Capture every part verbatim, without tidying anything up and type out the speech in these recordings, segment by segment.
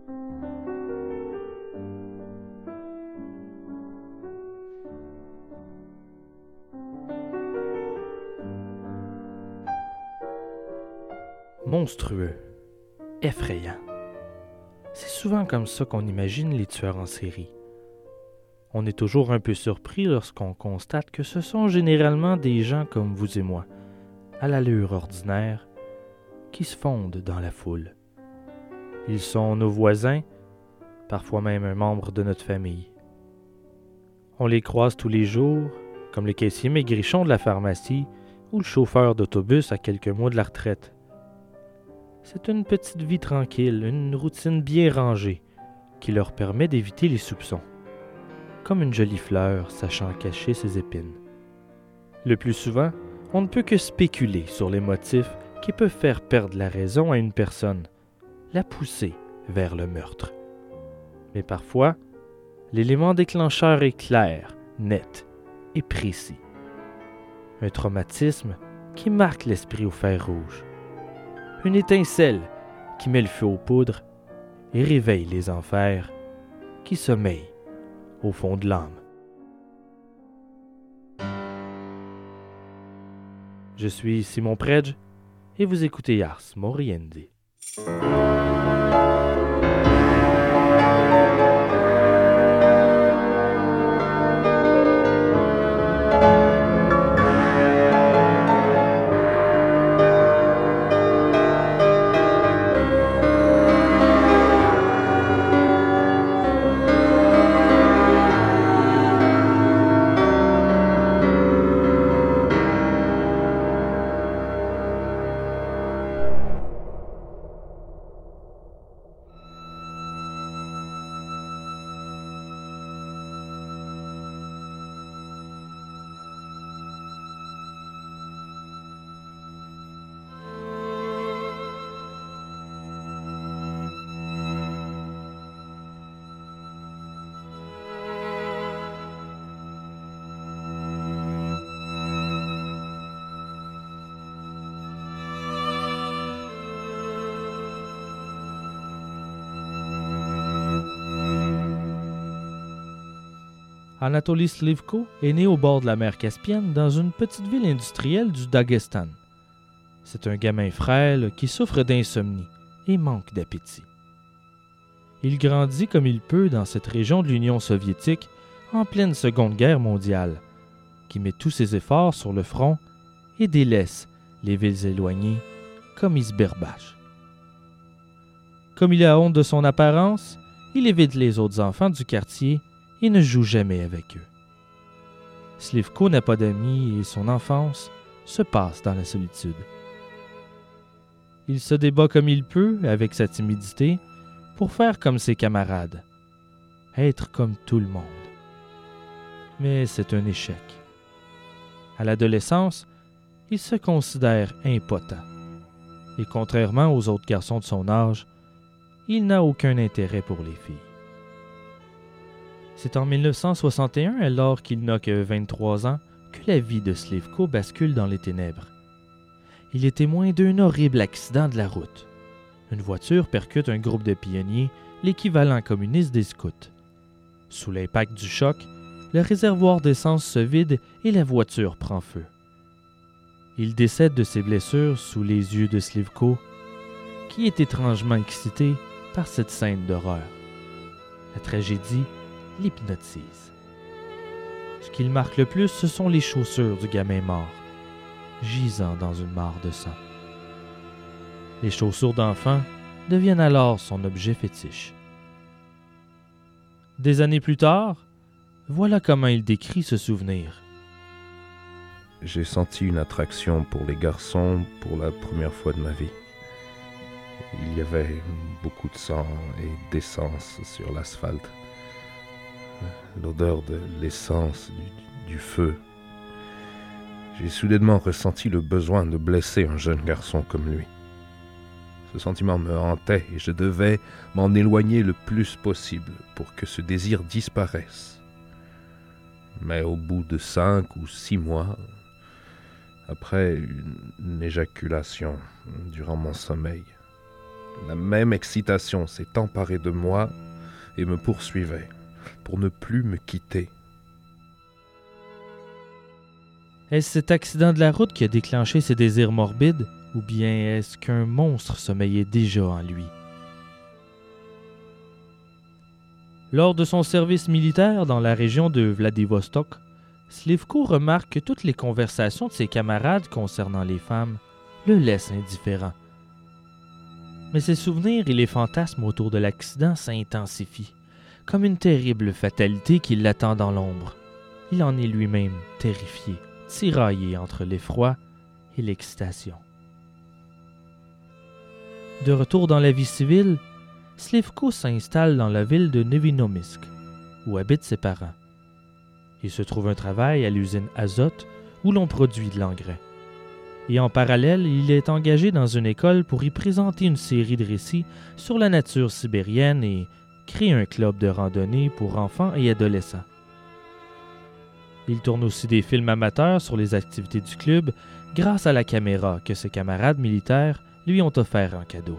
Monstrueux, effrayant. C'est souvent comme ça qu'on imagine les tueurs en série. On est toujours un peu surpris lorsqu'on constate que ce sont généralement des gens comme vous et moi, à l'allure ordinaire, qui se fondent dans la foule. Ils sont nos voisins, parfois même un membre de notre famille. On les croise tous les jours, comme le caissier maigrichon de la pharmacie ou le chauffeur d'autobus à quelques mois de la retraite. C'est une petite vie tranquille, une routine bien rangée, qui leur permet d'éviter les soupçons, comme une jolie fleur sachant cacher ses épines. Le plus souvent, on ne peut que spéculer sur les motifs qui peuvent faire perdre la raison à une personne, la pousser vers le meurtre. Mais parfois, l'élément déclencheur est clair, net et précis. Un traumatisme qui marque l'esprit au fer rouge. Une étincelle qui met le feu aux poudres et réveille les enfers qui sommeillent au fond de l'âme. Je suis Simon Predge et vous écoutez Ars Moriendi. Anatoly Slivko est né au bord de la mer Caspienne dans une petite ville industrielle du Daghestan. C'est un gamin frêle qui souffre d'insomnie et manque d'appétit. Il grandit comme il peut dans cette région de l'Union soviétique en pleine Seconde Guerre mondiale, qui met tous ses efforts sur le front et délaisse les villes éloignées comme Izberbach. Comme il a honte de son apparence, il évite les autres enfants du quartier et ne joue jamais avec eux. Slivko n'a pas d'amis et son enfance se passe dans la solitude. Il se débat comme il peut avec sa timidité pour faire comme ses camarades, être comme tout le monde. Mais c'est un échec. À l'adolescence, il se considère impotent et contrairement aux autres garçons de son âge, il n'a aucun intérêt pour les filles. C'est en dix-neuf cent soixante et un, alors qu'il n'a que vingt-trois ans, que la vie de Slivko bascule dans les ténèbres. Il est témoin d'un horrible accident de la route. Une voiture percute un groupe de pionniers, l'équivalent communiste des scouts. Sous l'impact du choc, le réservoir d'essence se vide et la voiture prend feu. Il décède de ses blessures sous les yeux de Slivko, qui est étrangement excité par cette scène d'horreur. La tragédie l'hypnotise. Ce qui le marque le plus, ce sont les chaussures du gamin mort, gisant dans une mare de sang. Les chaussures d'enfant deviennent alors son objet fétiche. Des années plus tard, voilà comment il décrit ce souvenir. J'ai senti une attraction pour les garçons pour la première fois de ma vie. Il y avait beaucoup de sang et d'essence sur l'asphalte. L'odeur de l'essence, du, du feu. J'ai soudainement ressenti le besoin de blesser un jeune garçon comme lui. Ce sentiment me hantait et je devais m'en éloigner le plus possible pour que ce désir disparaisse. Mais au bout de cinq ou six mois, après une, une éjaculation durant mon sommeil, La même excitation s'est emparée de moi et me poursuivait, pour ne plus me quitter. Est-ce cet accident de la route qui a déclenché ses désirs morbides, ou bien est-ce qu'un monstre sommeillait déjà en lui? Lors de son service militaire dans la région de Vladivostok, Slivko remarque que toutes les conversations de ses camarades concernant les femmes le laissent indifférent. Mais ses souvenirs et les fantasmes autour de l'accident s'intensifient, comme une terrible fatalité qui l'attend dans l'ombre. Il en est lui-même terrifié, tiraillé entre l'effroi et l'excitation. De retour dans la vie civile, Slivko s'installe dans la ville de Nevinomisk, où habitent ses parents. Il se trouve un travail à l'usine Azot, où l'on produit de l'engrais. Et en parallèle, il est engagé dans une école pour y présenter une série de récits sur la nature sibérienne et créer un club de randonnée pour enfants et adolescents. Il tourne aussi des films amateurs sur les activités du club grâce à la caméra que ses camarades militaires lui ont offert en cadeau.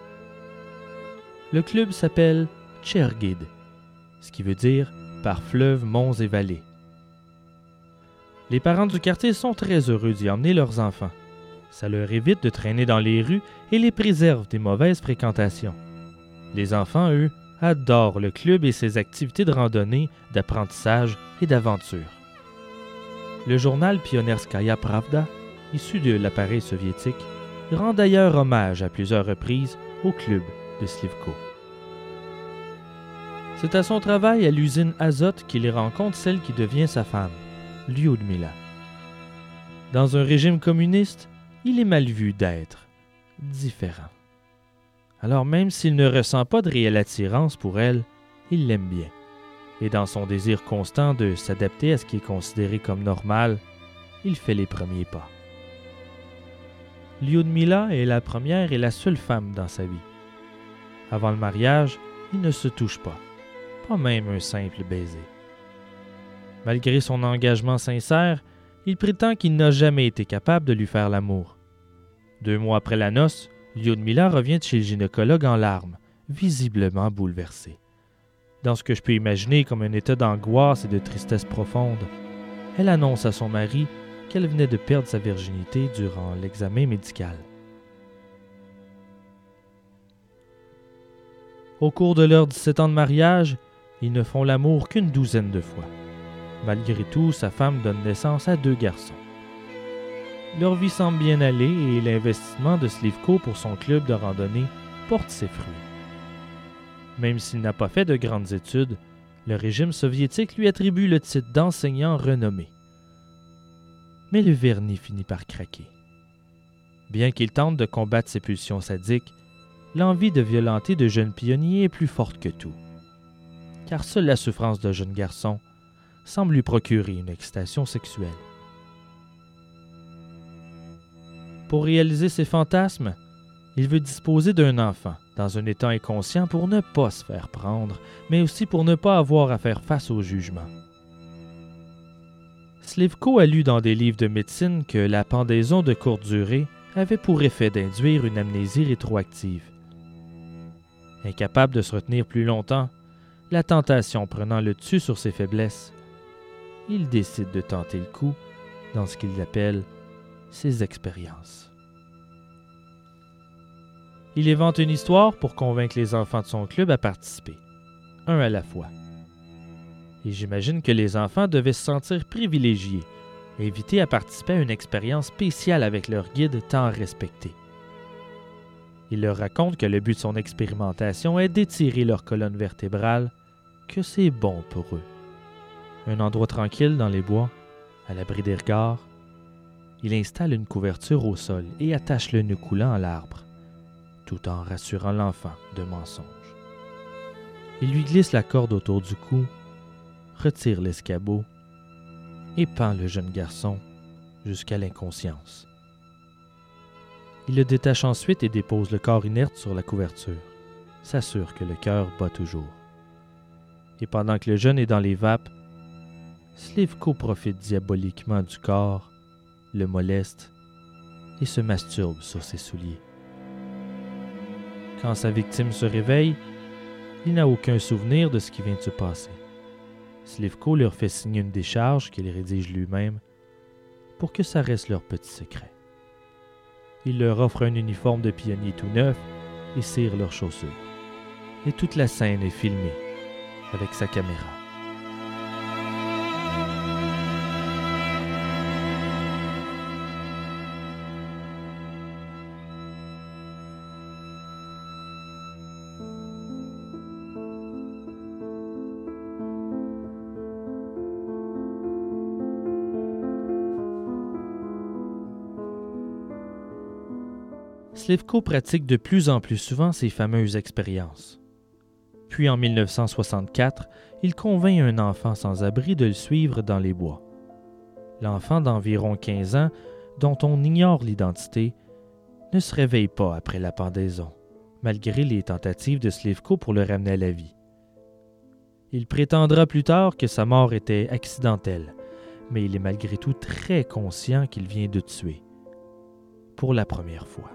Le club s'appelle Chergid, ce qui veut dire « par fleuves, monts et vallées ». Les parents du quartier sont très heureux d'y emmener leurs enfants. Ça leur évite de traîner dans les rues et les préserve des mauvaises fréquentations. Les enfants, eux, adorent le club et ses activités de randonnée, d'apprentissage et d'aventure. Le journal Pionnerskaya Pravda, issu de l'appareil soviétique, rend d'ailleurs hommage à plusieurs reprises au club de Slivko. C'est à son travail à l'usine Azot qu'il rencontre celle qui devient sa femme, Lyudmila. Dans un régime communiste, il est mal vu d'être différent. Alors même s'il ne ressent pas de réelle attirance pour elle, il l'aime bien. Et dans son désir constant de s'adapter à ce qui est considéré comme normal, il fait les premiers pas. Lyudmila est la première et la seule femme dans sa vie. Avant le mariage, ils ne se touchent pas, pas même un simple baiser. Malgré son engagement sincère, il prétend qu'il n'a jamais été capable de lui faire l'amour. Deux mois après la noce, Lyudmila revient chez le gynécologue en larmes, visiblement bouleversée. Dans ce que je peux imaginer comme un état d'angoisse et de tristesse profonde, elle annonce à son mari qu'elle venait de perdre sa virginité durant l'examen médical. Au cours de leurs dix-sept ans de mariage, ils ne font l'amour qu'une douzaine de fois. Malgré tout, sa femme donne naissance à deux garçons. Leur vie semble bien aller et l'investissement de Slivko pour son club de randonnée porte ses fruits. Même s'il n'a pas fait de grandes études, le régime soviétique lui attribue le titre d'enseignant renommé. Mais le vernis finit par craquer. Bien qu'il tente de combattre ses pulsions sadiques, l'envie de violenter de jeunes pionniers est plus forte que tout. Car seule la souffrance d'un jeune garçon semble lui procurer une excitation sexuelle. Pour réaliser ses fantasmes, il veut disposer d'un enfant dans un état inconscient pour ne pas se faire prendre, mais aussi pour ne pas avoir à faire face au jugement. Slivko a lu dans des livres de médecine que la pendaison de courte durée avait pour effet d'induire une amnésie rétroactive. Incapable de se retenir plus longtemps, la tentation prenant le dessus sur ses faiblesses, il décide de tenter le coup dans ce qu'il appelle ses expériences. Il invente une histoire pour convaincre les enfants de son club à participer, un à la fois. Et j'imagine que les enfants devaient se sentir privilégiés, invités à participer à une expérience spéciale avec leur guide tant respecté. Il leur raconte que le but de son expérimentation est d'étirer leur colonne vertébrale, que c'est bon pour eux. Un endroit tranquille dans les bois, à l'abri des regards, il installe une couverture au sol et attache le nœud coulant à l'arbre, tout en rassurant l'enfant de mensonges. Il lui glisse la corde autour du cou, retire l'escabeau et pend le jeune garçon jusqu'à l'inconscience. Il le détache ensuite et dépose le corps inerte sur la couverture, s'assure que le cœur bat toujours. Et pendant que le jeune est dans les vapes, Slivko profite diaboliquement du corps, le moleste et se masturbe sur ses souliers. Quand sa victime se réveille, il n'a aucun souvenir de ce qui vient de se passer. Slivko leur fait signer une décharge qu'il rédige lui-même pour que ça reste leur petit secret. Il leur offre un uniforme de pionnier tout neuf et cire leurs chaussures. Et toute la scène est filmée avec sa caméra. Slivko pratique de plus en plus souvent ces fameuses expériences. Puis en mille neuf cent soixante-quatre, il convainc un enfant sans abri de le suivre dans les bois. L'enfant d'environ quinze ans, dont on ignore l'identité, ne se réveille pas après la pendaison, malgré les tentatives de Slivko pour le ramener à la vie. Il prétendra plus tard que sa mort était accidentelle, mais il est malgré tout très conscient qu'il vient de tuer. Pour la première fois.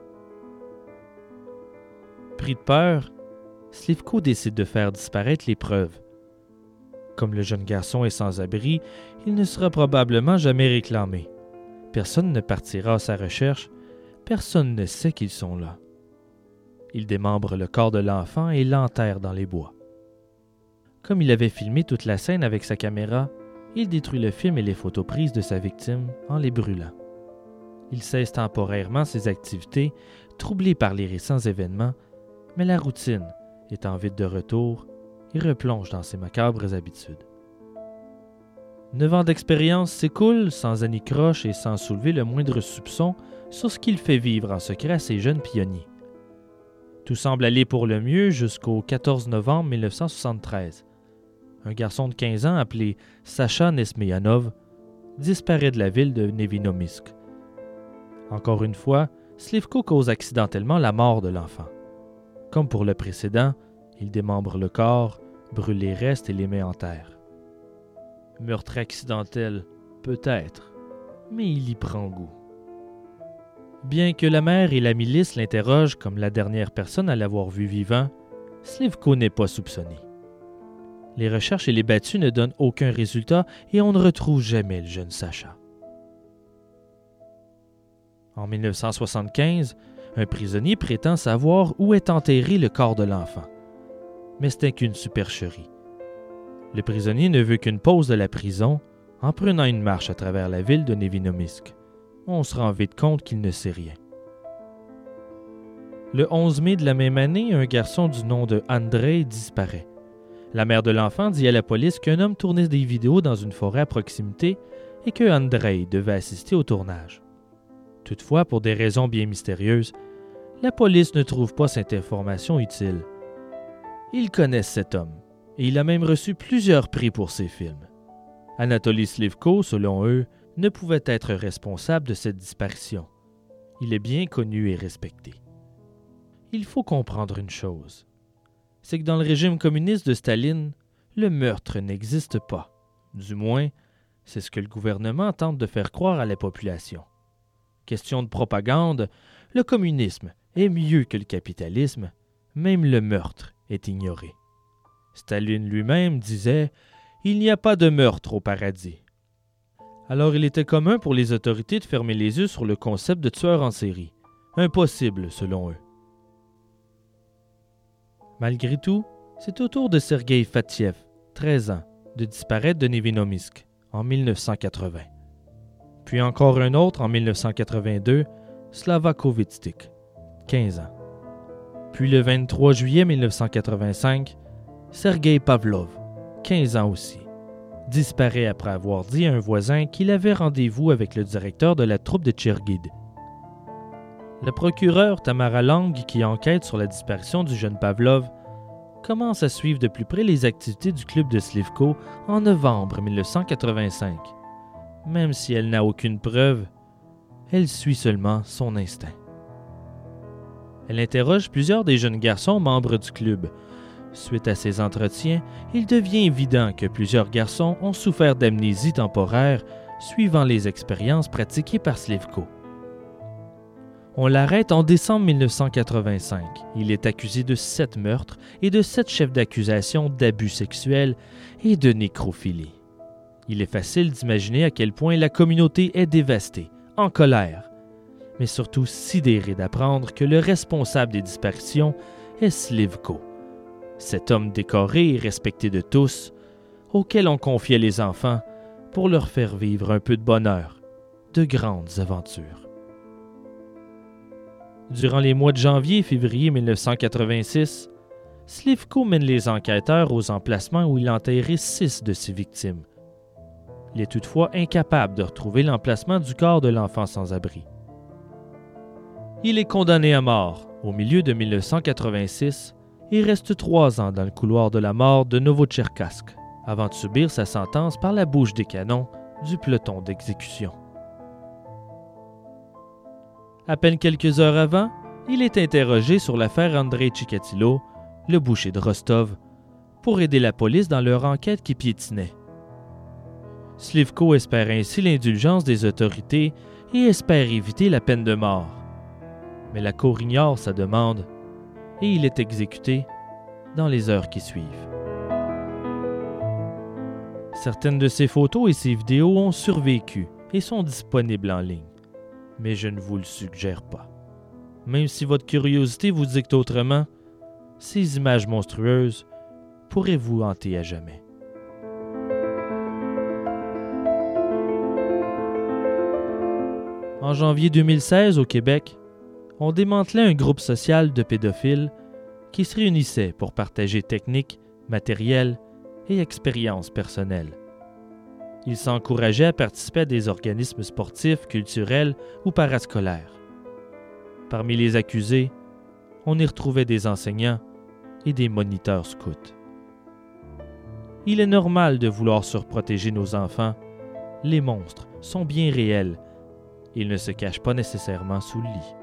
Pris de peur, Slivko décide de faire disparaître les preuves. Comme le jeune garçon est sans abri, il ne sera probablement jamais réclamé. Personne ne partira à sa recherche, personne ne sait qu'ils sont là. Il démembre le corps de l'enfant et l'enterre dans les bois. Comme il avait filmé toute la scène avec sa caméra, il détruit le film et les photos prises de sa victime en les brûlant. Il cesse temporairement ses activités, troublé par les récents événements, mais la routine, étant vite de retour, il replonge dans ses macabres habitudes. Neuf ans d'expérience s'écoulent sans anicroche et sans soulever le moindre soupçon sur ce qu'il fait vivre en secret à ses jeunes pionniers. Tout semble aller pour le mieux jusqu'au quatorze novembre mille neuf cent soixante-treize. Un garçon de quinze ans appelé Sacha Nesmeyanov disparaît de la ville de Nevinomisk. Encore une fois, Slivko cause accidentellement la mort de l'enfant. Comme pour le précédent, il démembre le corps, brûle les restes et les met en terre. Meurtre accidentel, peut-être, mais il y prend goût. Bien que la mère et la milice l'interrogent comme la dernière personne à l'avoir vu vivant, Slivko n'est pas soupçonné. Les recherches et les battues ne donnent aucun résultat et on ne retrouve jamais le jeune Sacha. En mille neuf cent soixante-quinze, un prisonnier prétend savoir où est enterré le corps de l'enfant. Mais ce n'est qu'une supercherie. Le prisonnier ne veut qu'une pause de la prison en prenant une marche à travers la ville de Nevinomisk. On se rend vite compte qu'il ne sait rien. Le onze mai de la même année, un garçon du nom de Andrei disparaît. La mère de l'enfant dit à la police qu'un homme tournait des vidéos dans une forêt à proximité et que Andrei devait assister au tournage. Toutefois, pour des raisons bien mystérieuses, la police ne trouve pas cette information utile. Ils connaissent cet homme, et il a même reçu plusieurs prix pour ses films. Anatoly Slivko, selon eux, ne pouvait être responsable de cette disparition. Il est bien connu et respecté. Il faut comprendre une chose, c'est que dans le régime communiste de Staline, le meurtre n'existe pas. Du moins, c'est ce que le gouvernement tente de faire croire à la population. Question de propagande, le communisme est mieux que le capitalisme, même le meurtre est ignoré. Staline lui-même disait « Il n'y a pas de meurtre au paradis ». Alors il était commun pour les autorités de fermer les yeux sur le concept de tueur en série. Impossible selon eux. Malgré tout, c'est au tour de Sergueï Fatiev, treize ans, de disparaître de Nevinomisk en mille neuf cent quatre-vingts. Puis encore un autre en mille neuf cent quatre-vingt-deux, Slava Kovitstik, quinze ans. Puis le vingt-trois juillet mille neuf cent quatre-vingt-cinq, Sergueï Pavlov, quinze ans aussi, disparaît après avoir dit à un voisin qu'il avait rendez-vous avec le directeur de la troupe de Tchergid. Le procureur Tamara Lang, qui enquête sur la disparition du jeune Pavlov, commence à suivre de plus près les activités du club de Slivko en novembre mille neuf cent quatre-vingt-cinq. Même si elle n'a aucune preuve, elle suit seulement son instinct. Elle interroge plusieurs des jeunes garçons membres du club. Suite à ces entretiens, il devient évident que plusieurs garçons ont souffert d'amnésie temporaire suivant les expériences pratiquées par Slivko. On l'arrête en décembre mille neuf cent quatre-vingt-cinq. Il est accusé de sept meurtres et de sept chefs d'accusation d'abus sexuels et de nécrophilie. Il est facile d'imaginer à quel point la communauté est dévastée, en colère, mais surtout sidérée d'apprendre que le responsable des disparitions est Slivko, cet homme décoré et respecté de tous, auquel on confiait les enfants pour leur faire vivre un peu de bonheur, de grandes aventures. Durant les mois de janvier et février mille neuf cent quatre-vingt-six, Slivko mène les enquêteurs aux emplacements où il a enterré six de ses victimes. Il est toutefois incapable de retrouver l'emplacement du corps de l'enfant sans-abri. Il est condamné à mort au milieu de mille neuf cent quatre-vingt-six et reste trois ans dans le couloir de la mort de Novotcherkassk avant de subir sa sentence par la bouche des canons du peloton d'exécution. À peine quelques heures avant, il est interrogé sur l'affaire Andrei Chikatilo, le boucher de Rostov, pour aider la police dans leur enquête qui piétinait. Slivko espère ainsi l'indulgence des autorités et espère éviter la peine de mort. Mais la cour ignore sa demande et il est exécuté dans les heures qui suivent. Certaines de ses photos et ses vidéos ont survécu et sont disponibles en ligne. Mais je ne vous le suggère pas. Même si votre curiosité vous dicte autrement, ces images monstrueuses pourraient vous hanter à jamais. En janvier deux mille seize, au Québec, on démantelait un groupe social de pédophiles qui se réunissait pour partager techniques, matériel et expériences personnelles. Ils s'encourageaient à participer à des organismes sportifs, culturels ou parascolaires. Parmi les accusés, on y retrouvait des enseignants et des moniteurs scouts. Il est normal de vouloir surprotéger nos enfants. Les monstres sont bien réels. Ils ne se cachent pas nécessairement sous le lit.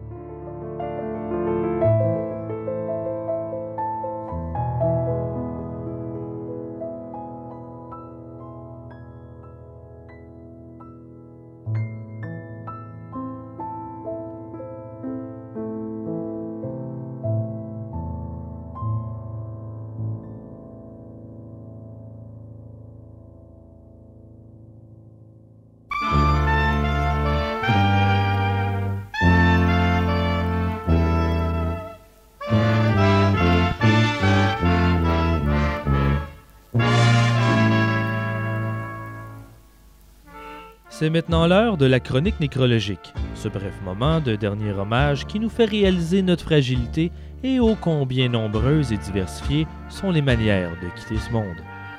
C'est maintenant l'heure de la chronique nécrologique, ce bref moment de dernier hommage qui nous fait réaliser notre fragilité et ô combien nombreuses et diversifiées sont les manières de quitter ce monde.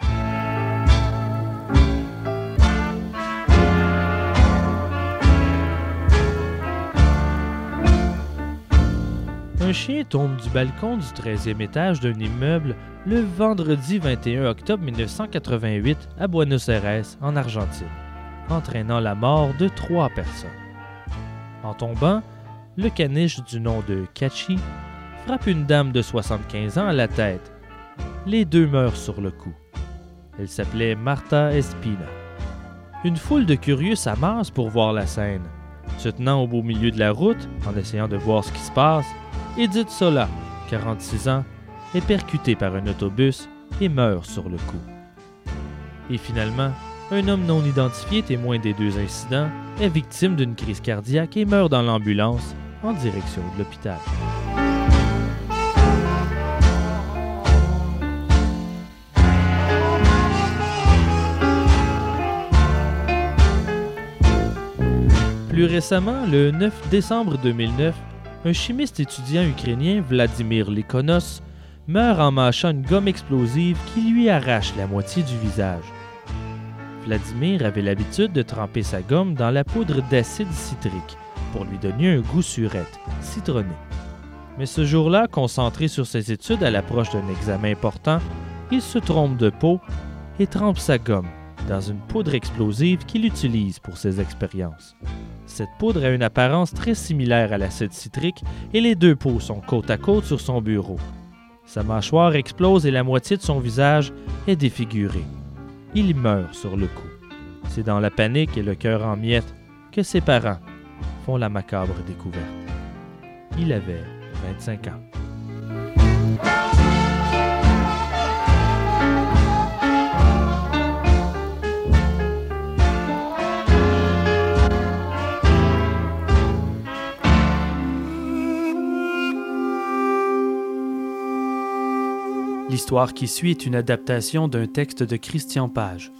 Un chien tombe du balcon du treizième étage d'un immeuble le vendredi vingt et un octobre mille neuf cent quatre-vingt-huit à Buenos Aires, en Argentine, entraînant la mort de trois personnes. En tombant, le caniche du nom de Cachi frappe une dame de soixante-quinze ans à la tête. Les deux meurent sur le coup. Elle s'appelait Marta Espina. Une foule de curieux s'amasse pour voir la scène. Se tenant au beau milieu de la route, en essayant de voir ce qui se passe, Edith Sola, quarante-six ans, est percutée par un autobus et meurt sur le coup. Et finalement, un homme non identifié, témoin des deux incidents, est victime d'une crise cardiaque et meurt dans l'ambulance en direction de l'hôpital. Plus récemment, le neuf décembre deux mille neuf, un chimiste étudiant ukrainien, Vladimir Likonos, meurt en mâchant une gomme explosive qui lui arrache la moitié du visage. Vladimir avait l'habitude de tremper sa gomme dans la poudre d'acide citrique pour lui donner un goût surette, citronné. Mais ce jour-là, concentré sur ses études à l'approche d'un examen important, il se trompe de peau et trempe sa gomme dans une poudre explosive qu'il utilise pour ses expériences. Cette poudre a une apparence très similaire à l'acide citrique et les deux peaux sont côte à côte sur son bureau. Sa mâchoire explose et la moitié de son visage est défigurée. Il meurt sur le coup. C'est dans la panique et le cœur en miettes que ses parents font la macabre découverte. Il avait vingt-cinq ans. L'histoire qui suit est une adaptation d'un texte de Christian Page.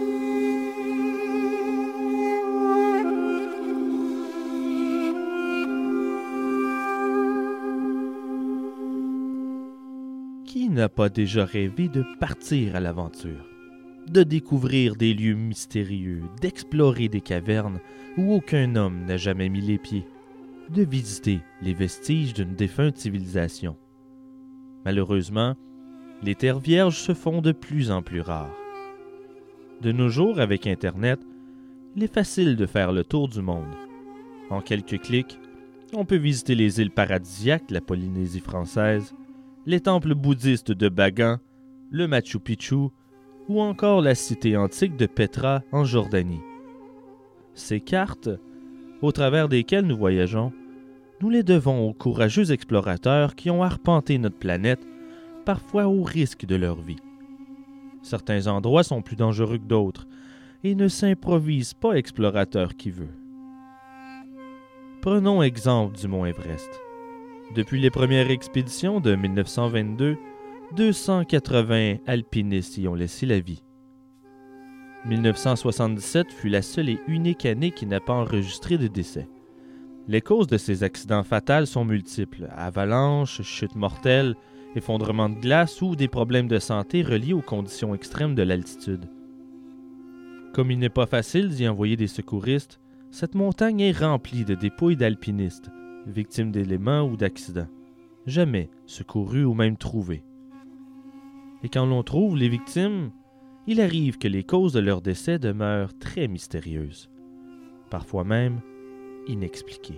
Qui n'a pas déjà rêvé de partir à l'aventure, de découvrir des lieux mystérieux, d'explorer des cavernes où aucun homme n'a jamais mis les pieds, de visiter les vestiges d'une défunte civilisation? Malheureusement, les terres vierges se font de plus en plus rares. De nos jours, avec Internet, il est facile de faire le tour du monde. En quelques clics, on peut visiter les îles paradisiaques de la Polynésie française, les temples bouddhistes de Bagan, le Machu Picchu ou encore la cité antique de Petra en Jordanie. Ces cartes, au travers desquelles nous voyageons, nous les devons aux courageux explorateurs qui ont arpenté notre planète, parfois au risque de leur vie. Certains endroits sont plus dangereux que d'autres et ne s'improvisent pas explorateur qui veut. Prenons exemple du mont Everest. Depuis les premières expéditions de mille neuf cent vingt-deux, deux cent quatre-vingts alpinistes y ont laissé la vie. mille neuf cent soixante-dix-sept fut la seule et unique année qui n'a pas enregistré de décès. Les causes de ces accidents fatals sont multiples: avalanches, chutes mortelles, effondrement de glace ou des problèmes de santé reliés aux conditions extrêmes de l'altitude. Comme il n'est pas facile d'y envoyer des secouristes, cette montagne est remplie de dépouilles d'alpinistes, victimes d'éléments ou d'accidents, jamais secourus ou même trouvés. Et quand l'on trouve les victimes, il arrive que les causes de leur décès demeurent très mystérieuses, parfois même inexpliquées.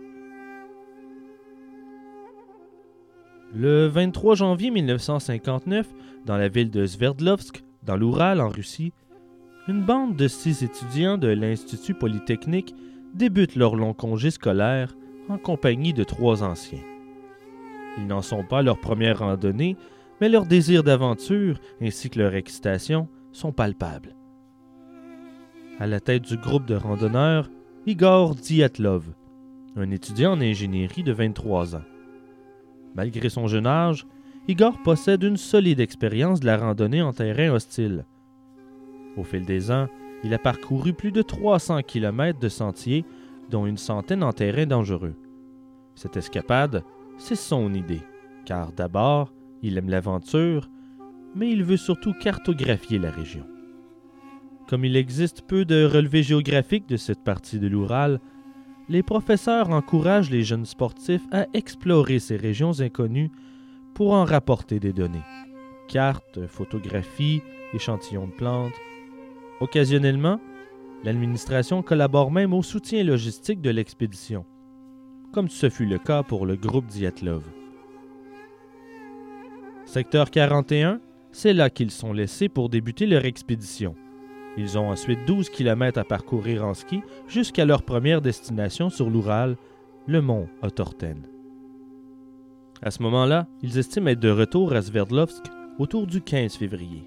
Le vingt-trois janvier mille neuf cent cinquante-neuf, dans la ville de Sverdlovsk, dans l'Oural en Russie, une bande de six étudiants de l'Institut Polytechnique débute leur long congé scolaire en compagnie de trois anciens. Ils n'en sont pas à leur première randonnée, mais leur désir d'aventure ainsi que leur excitation sont palpables. À la tête du groupe de randonneurs, Igor Dyatlov, un étudiant en ingénierie de vingt-trois ans. Malgré son jeune âge, Igor possède une solide expérience de la randonnée en terrain hostile. Au fil des ans, il a parcouru plus de trois cents kilomètres de sentiers, dont une centaine en terrain dangereux. Cette escapade, c'est son idée, car d'abord, il aime l'aventure, mais il veut surtout cartographier la région. Comme il existe peu de relevés géographiques de cette partie de l'Oural, les professeurs encouragent les jeunes sportifs à explorer ces régions inconnues pour en rapporter des données. Cartes, photographies, échantillons de plantes. Occasionnellement, l'administration collabore même au soutien logistique de l'expédition, comme ce fut le cas pour le groupe Dyatlov. Secteur quarante et un, c'est là qu'ils sont laissés pour débuter leur expédition. Ils ont ensuite douze kilomètres à parcourir en ski jusqu'à leur première destination sur l'Oural, le mont Otorten. À ce moment-là, ils estiment être de retour à Sverdlovsk autour du quinze février.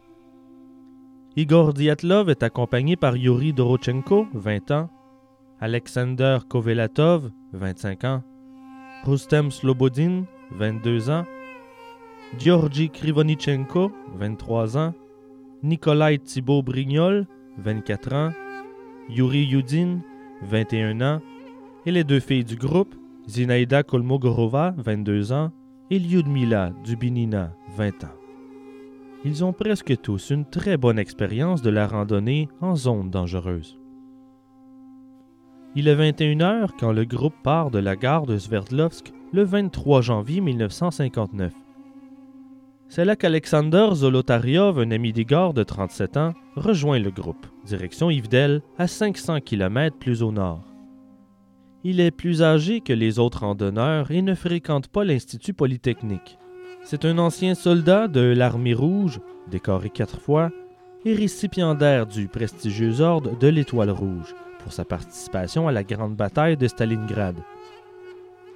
Igor Dyatlov est accompagné par Yuri Dorochenko, vingt ans, Alexander Kovelatov, vingt-cinq ans, Rustem Slobodin, vingt-deux ans, Georgi Krivonichenko, vingt-trois ans, Nikolai Thibault-Brignol, vingt-quatre ans, Yuri Yudin, vingt et un ans, et les deux filles du groupe, Zinaida Kolmogorova, vingt-deux ans, et Lyudmila Dubinina, vingt ans. Ils ont presque tous une très bonne expérience de la randonnée en zone dangereuse. Il est vingt et une heures quand le groupe part de la gare de Sverdlovsk le vingt-trois janvier mille neuf cent cinquante-neuf. C'est là qu'Alexander Zolotaryov, un ami d'Igor de trente-sept ans, rejoint le groupe, direction Ivdel, à cinq cents kilomètres plus au nord. Il est plus âgé que les autres randonneurs et ne fréquente pas l'Institut Polytechnique. C'est un ancien soldat de l'Armée rouge, décoré quatre fois, et récipiendaire du prestigieux ordre de l'Étoile rouge pour sa participation à la grande bataille de Stalingrad.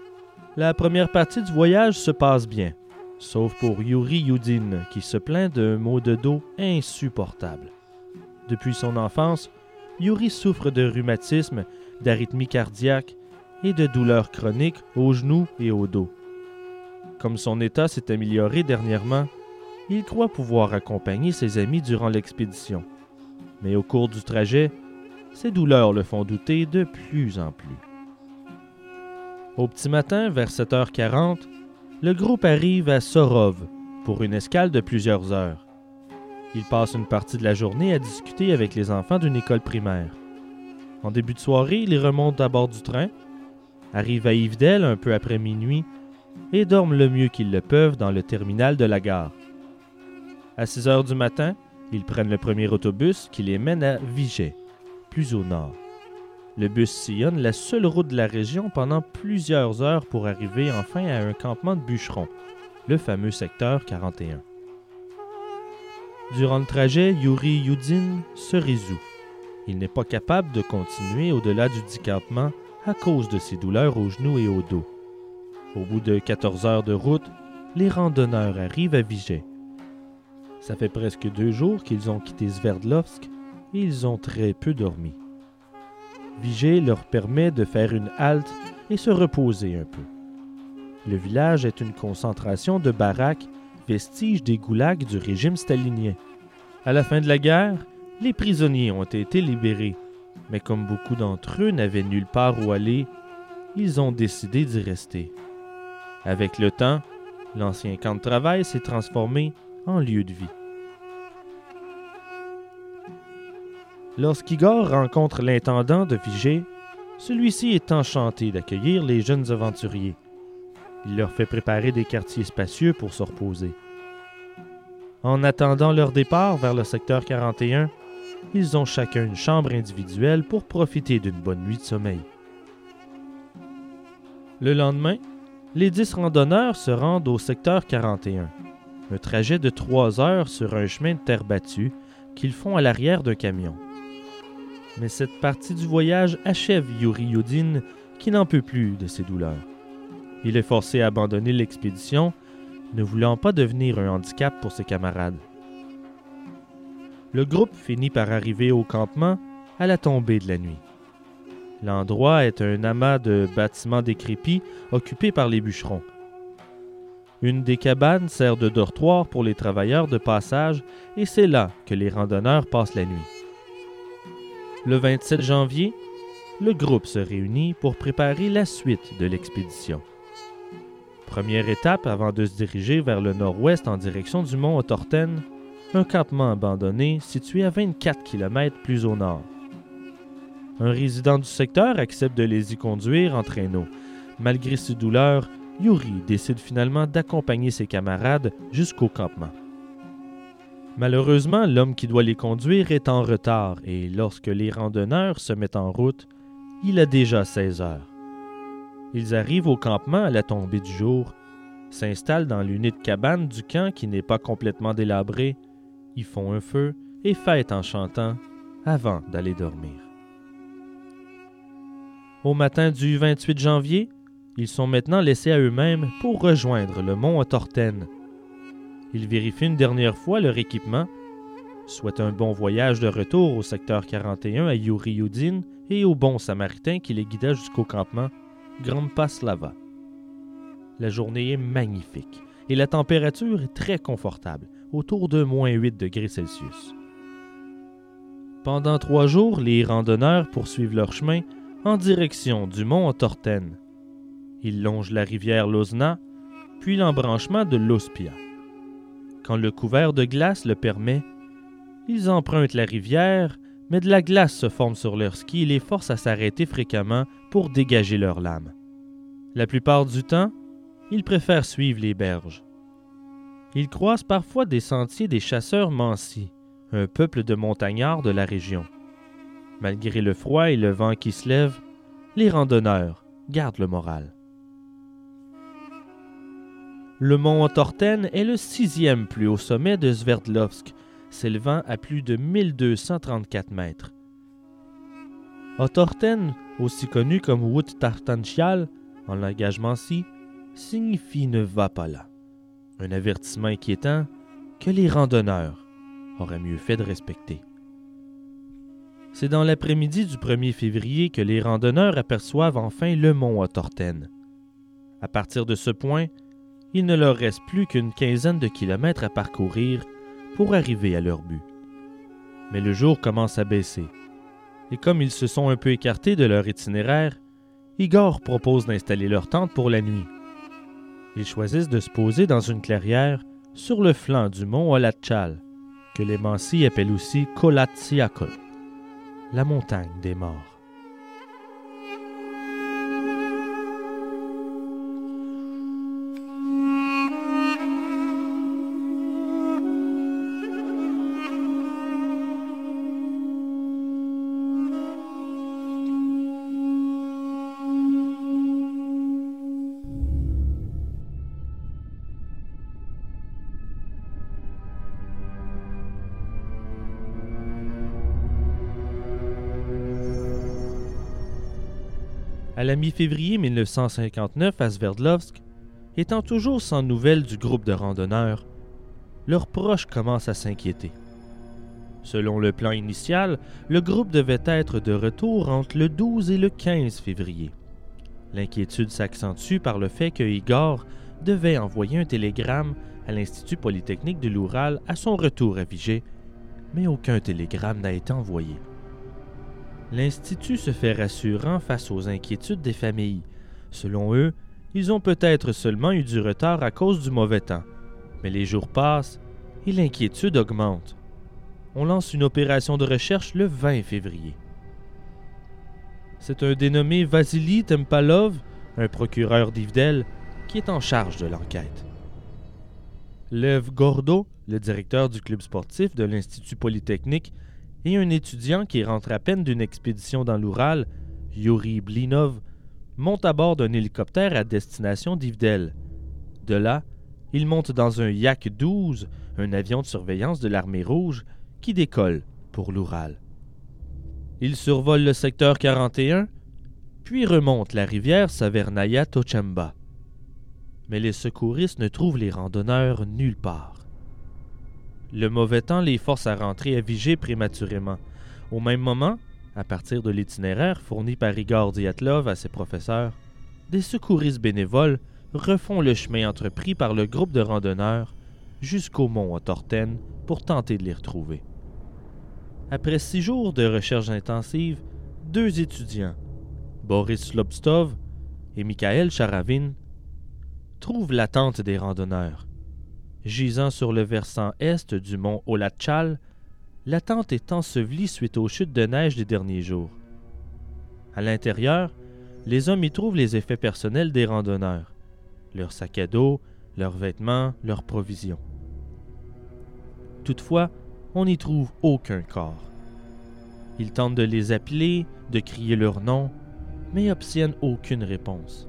La première partie du voyage se passe bien, sauf pour Yuri Yudin, qui se plaint d'un maux de dos insupportable. Depuis son enfance, Yuri souffre de rhumatisme, d'arythmie cardiaque et de douleurs chroniques aux genoux et au dos. Comme son état s'est amélioré dernièrement, il croit pouvoir accompagner ses amis durant l'expédition. Mais au cours du trajet, ses douleurs le font douter de plus en plus. Au petit matin, vers sept heures quarante, le groupe arrive à Sorov pour une escale de plusieurs heures. Il passe une partie de la journée à discuter avec les enfants d'une école primaire. En début de soirée, ils remontent à bord du train, arrivent à Yvedel un peu après minuit et dorment le mieux qu'ils le peuvent dans le terminal de la gare. À six heures du matin, ils prennent le premier autobus qui les mène à Vigée, plus au nord. Le bus sillonne la seule route de la région pendant plusieurs heures pour arriver enfin à un campement de bûcherons, le fameux secteur quarante et un. Durant le trajet, Yuri Yudin se résout. Il n'est pas capable de continuer au-delà du dit campement à cause de ses douleurs aux genoux et au dos. Au bout de quatorze heures de route, les randonneurs arrivent à Vigée. Ça fait presque deux jours qu'ils ont quitté Sverdlovsk et ils ont très peu dormi. Vigée leur permet de faire une halte et se reposer un peu. Le village est une concentration de baraques, vestiges des goulags du régime stalinien. À la fin de la guerre, les prisonniers ont été libérés, mais comme beaucoup d'entre eux n'avaient nulle part où aller, ils ont décidé d'y rester. Avec le temps, l'ancien camp de travail s'est transformé en lieu de vie. Lorsqu'Igor rencontre l'intendant de Vigée, celui-ci est enchanté d'accueillir les jeunes aventuriers. Il leur fait préparer des quartiers spacieux pour se reposer. En attendant leur départ vers le secteur quarante et un, ils ont chacun une chambre individuelle pour profiter d'une bonne nuit de sommeil. Le lendemain, les dix randonneurs se rendent au secteur quarante et un, un trajet de trois heures sur un chemin de terre battue qu'ils font à l'arrière d'un camion. Mais cette partie du voyage achève Yuri Yudin qui n'en peut plus de ses douleurs. Il est forcé à abandonner l'expédition, ne voulant pas devenir un handicap pour ses camarades. Le groupe finit par arriver au campement à la tombée de la nuit. L'endroit est un amas de bâtiments décrépits occupés par les bûcherons. Une des cabanes sert de dortoir pour les travailleurs de passage et c'est là que les randonneurs passent la nuit. Le vingt-sept janvier, le groupe se réunit pour préparer la suite de l'expédition. Première étape avant de se diriger vers le nord-ouest en direction du mont Otorten, un campement abandonné situé à vingt-quatre kilomètres plus au nord. Un résident du secteur accepte de les y conduire en traîneau. Malgré ses douleurs, Yuri décide finalement d'accompagner ses camarades jusqu'au campement. Malheureusement, l'homme qui doit les conduire est en retard et lorsque les randonneurs se mettent en route, il a déjà seize heures. Ils arrivent au campement à la tombée du jour, s'installent dans l'unique cabane du camp qui n'est pas complètement délabrée, y font un feu et fêtent en chantant avant d'aller dormir. Au matin du vingt-huit janvier, ils sont maintenant laissés à eux-mêmes pour rejoindre le mont Otorten. Ils vérifient une dernière fois leur équipement, souhaitent un bon voyage de retour au secteur quarante et un à Yuri Yudin et au bon samaritain qui les guida jusqu'au campement Grompa Slava. La journée est magnifique et la température est très confortable, autour de moins huit degrés Celsius. Pendant trois jours, les randonneurs poursuivent leur chemin en direction du mont Otorten. Ils longent la rivière Lozna, puis l'embranchement de l'Ospia. Quand le couvert de glace le permet, ils empruntent la rivière, mais de la glace se forme sur leurs skis et les force à s'arrêter fréquemment pour dégager leurs lames. La plupart du temps, ils préfèrent suivre les berges. Ils croisent parfois des sentiers des chasseurs Mansi, un peuple de montagnards de la région. Malgré le froid et le vent qui se lève, les randonneurs gardent le moral. Le mont Otorten est le sixième plus haut sommet de Sverdlovsk, s'élevant à plus de mille deux cent trente-quatre mètres. Otorten, aussi connu comme Wout Tartanchial en langage mansi, signifie « ne va pas là ». Un avertissement inquiétant que les randonneurs auraient mieux fait de respecter. C'est dans l'après-midi du premier février que les randonneurs aperçoivent enfin le mont Otterten. À partir de ce point, il ne leur reste plus qu'une quinzaine de kilomètres à parcourir pour arriver à leur but. Mais le jour commence à baisser, et comme ils se sont un peu écartés de leur itinéraire, Igor propose d'installer leur tente pour la nuit. Ils choisissent de se poser dans une clairière sur le flanc du mont Olatchal, que les Mansi appellent aussi Kolatsiakol, la montagne des morts. À la mi-février mille neuf cent cinquante-neuf, à Sverdlovsk, étant toujours sans nouvelles du groupe de randonneurs, leurs proches commencent à s'inquiéter. Selon le plan initial, le groupe devait être de retour entre le douze et le quinze février. L'inquiétude s'accentue par le fait que Igor devait envoyer un télégramme à l'Institut Polytechnique de l'Oural à son retour à Vigée, mais aucun télégramme n'a été envoyé. L'Institut se fait rassurant face aux inquiétudes des familles. Selon eux, ils ont peut-être seulement eu du retard à cause du mauvais temps. Mais les jours passent et l'inquiétude augmente. On lance une opération de recherche le vingt février. C'est un dénommé Vassili Tempalov, un procureur d'Ivdel, qui est en charge de l'enquête. Lev Gordo, le directeur du club sportif de l'Institut Polytechnique, et un étudiant qui rentre à peine d'une expédition dans l'Oural, Yuri Blinov, monte à bord d'un hélicoptère à destination d'Ivdel. De là, il monte dans un Yak douze, un avion de surveillance de l'armée rouge, qui décolle pour l'Oural. Il survole le secteur quarante et un, puis remonte la rivière Savernaya Tochemba. Mais les secouristes ne trouvent les randonneurs nulle part. Le mauvais temps les force à rentrer à Vigée prématurément. Au même moment, à partir de l'itinéraire fourni par Igor Dyatlov à ses professeurs, des secouristes bénévoles refont le chemin entrepris par le groupe de randonneurs jusqu'au mont Otterten pour tenter de les retrouver. Après six jours de recherche intensive, deux étudiants, Boris Lobstov et Mikhail Charavin, trouvent la tente des randonneurs. Gisant sur le versant est du mont Olatchal, la tente est ensevelie suite aux chutes de neige des derniers jours. À l'intérieur, les hommes y trouvent les effets personnels des randonneurs, leurs sacs à dos, leurs vêtements, leurs provisions. Toutefois, on n'y trouve aucun corps. Ils tentent de les appeler, de crier leur nom, mais obtiennent aucune réponse.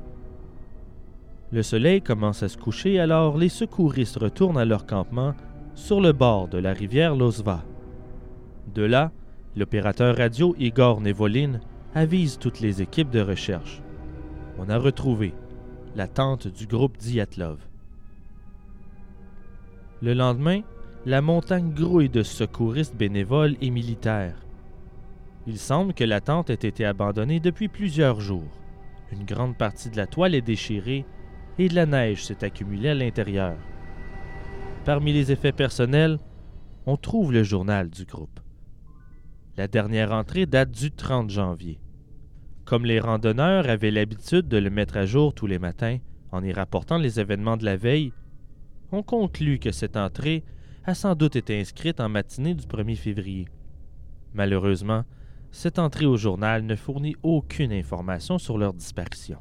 Le soleil commence à se coucher, alors les secouristes retournent à leur campement sur le bord de la rivière Lozva. De là, l'opérateur radio Igor Nevolin avise toutes les équipes de recherche. On a retrouvé la tente du groupe Dyatlov. Le lendemain, la montagne grouille de secouristes bénévoles et militaires. Il semble que la tente ait été abandonnée depuis plusieurs jours. Une grande partie de la toile est déchirée et de la neige s'est accumulée à l'intérieur. Parmi les effets personnels, on trouve le journal du groupe. La dernière entrée date du trente janvier. Comme les randonneurs avaient l'habitude de le mettre à jour tous les matins en y rapportant les événements de la veille, on conclut que cette entrée a sans doute été inscrite en matinée du premier février. Malheureusement, cette entrée au journal ne fournit aucune information sur leur disparition.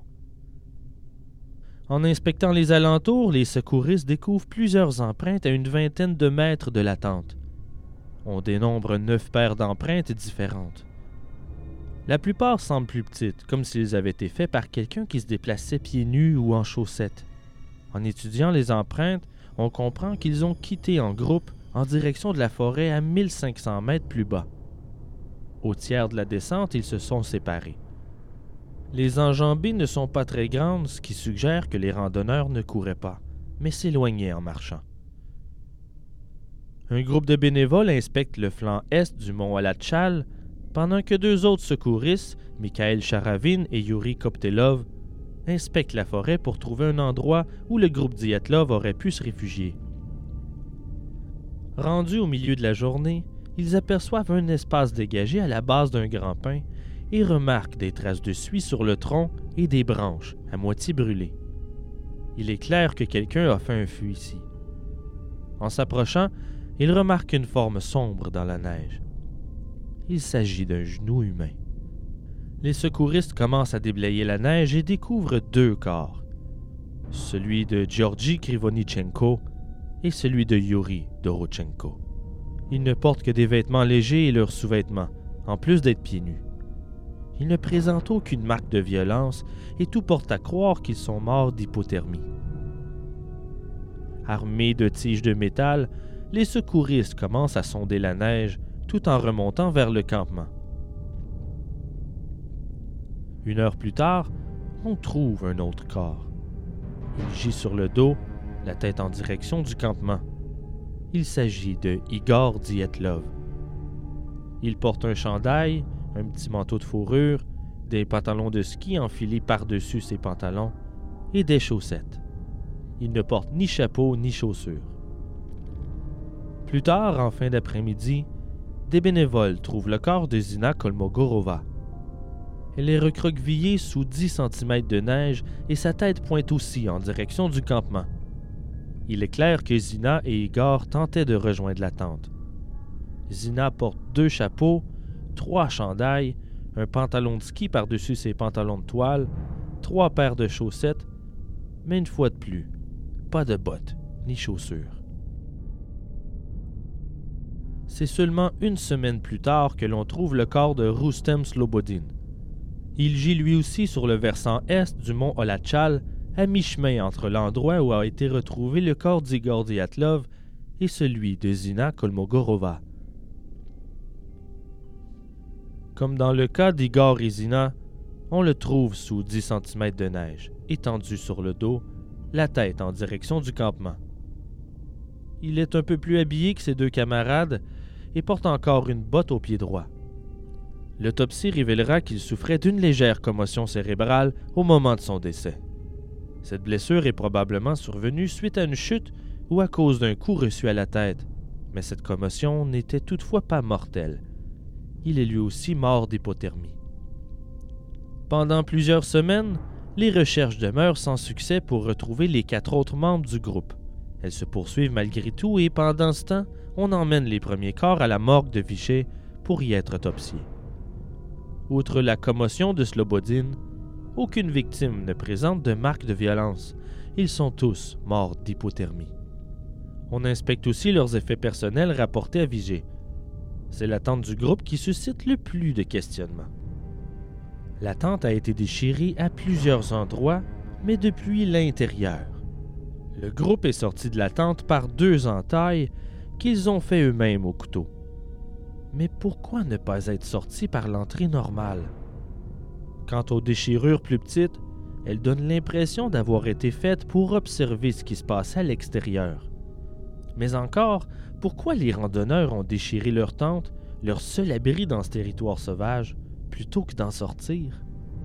En inspectant les alentours, les secouristes découvrent plusieurs empreintes à une vingtaine de mètres de la tente. On dénombre neuf paires d'empreintes différentes. La plupart semblent plus petites, comme s'ils avaient été faits par quelqu'un qui se déplaçait pieds nus ou en chaussettes. En étudiant les empreintes, on comprend qu'ils ont quitté en groupe en direction de la forêt à mille cinq cents mètres plus bas. Au tiers de la descente, ils se sont séparés. Les enjambées ne sont pas très grandes, ce qui suggère que les randonneurs ne couraient pas, mais s'éloignaient en marchant. Un groupe de bénévoles inspecte le flanc est du mont Alachal, pendant que deux autres secouristes, Mikhail Charavin et Yuri Koptelov, inspectent la forêt pour trouver un endroit où le groupe Dyatlov aurait pu se réfugier. Rendus au milieu de la journée, ils aperçoivent un espace dégagé à la base d'un grand pin et remarquent des traces de suie sur le tronc et des branches, à moitié brûlées. Il est clair que quelqu'un a fait un feu ici. En s'approchant, ils remarquent une forme sombre dans la neige. Il s'agit d'un genou humain. Les secouristes commencent à déblayer la neige et découvrent deux corps, celui de Georgi Krivonichenko et celui de Yuri Dorochenko. Ils ne portent que des vêtements légers et leurs sous-vêtements, en plus d'être pieds nus. Ils ne présentent aucune marque de violence et tout porte à croire qu'ils sont morts d'hypothermie. Armés de tiges de métal, les secouristes commencent à sonder la neige tout en remontant vers le campement. Une heure plus tard, on trouve un autre corps. Il gît sur le dos, la tête en direction du campement. Il s'agit de Igor Dyatlov. Il porte un chandail, un petit manteau de fourrure, des pantalons de ski enfilés par-dessus ses pantalons et des chaussettes. Il ne porte ni chapeau ni chaussures. Plus tard, en fin d'après-midi, des bénévoles trouvent le corps de Zina Kolmogorova. Elle est recroquevillée sous dix centimètres de neige et sa tête pointe aussi en direction du campement. Il est clair que Zina et Igor tentaient de rejoindre la tente. Zina porte deux chapeaux, trois chandails, un pantalon de ski par-dessus ses pantalons de toile, trois paires de chaussettes, mais une fois de plus, pas de bottes ni chaussures. C'est seulement une semaine plus tard que l'on trouve le corps de Rustem Slobodin. Il gît lui aussi sur le versant est du mont Alachal, à mi-chemin entre l'endroit où a été retrouvé le corps d'Igor Dyatlov et celui de Zina Kolmogorova. Comme dans le cas d'Igor et Zina, on le trouve sous dix centimètres de neige, étendu sur le dos, la tête en direction du campement. Il est un peu plus habillé que ses deux camarades et porte encore une botte au pied droit. L'autopsie révélera qu'il souffrait d'une légère commotion cérébrale au moment de son décès. Cette blessure est probablement survenue suite à une chute ou à cause d'un coup reçu à la tête, mais cette commotion n'était toutefois pas mortelle. Il est lui aussi mort d'hypothermie. Pendant plusieurs semaines, les recherches demeurent sans succès pour retrouver les quatre autres membres du groupe. Elles se poursuivent malgré tout et pendant ce temps, on emmène les premiers corps à la morgue de Vichy pour y être autopsiés. Outre la commotion de Slobodin, aucune victime ne présente de marques de violence. Ils sont tous morts d'hypothermie. On inspecte aussi leurs effets personnels rapportés à Vichy. C'est la tente du groupe qui suscite le plus de questionnements. La tente a été déchirée à plusieurs endroits, mais depuis l'intérieur. Le groupe est sorti de la tente par deux entailles qu'ils ont fait eux-mêmes au couteau. Mais pourquoi ne pas être sortis par l'entrée normale? Quant aux déchirures plus petites, elles donnent l'impression d'avoir été faites pour observer ce qui se passait à l'extérieur. Mais encore, pourquoi les randonneurs ont déchiré leur tente, leur seul abri dans ce territoire sauvage, plutôt que d'en sortir?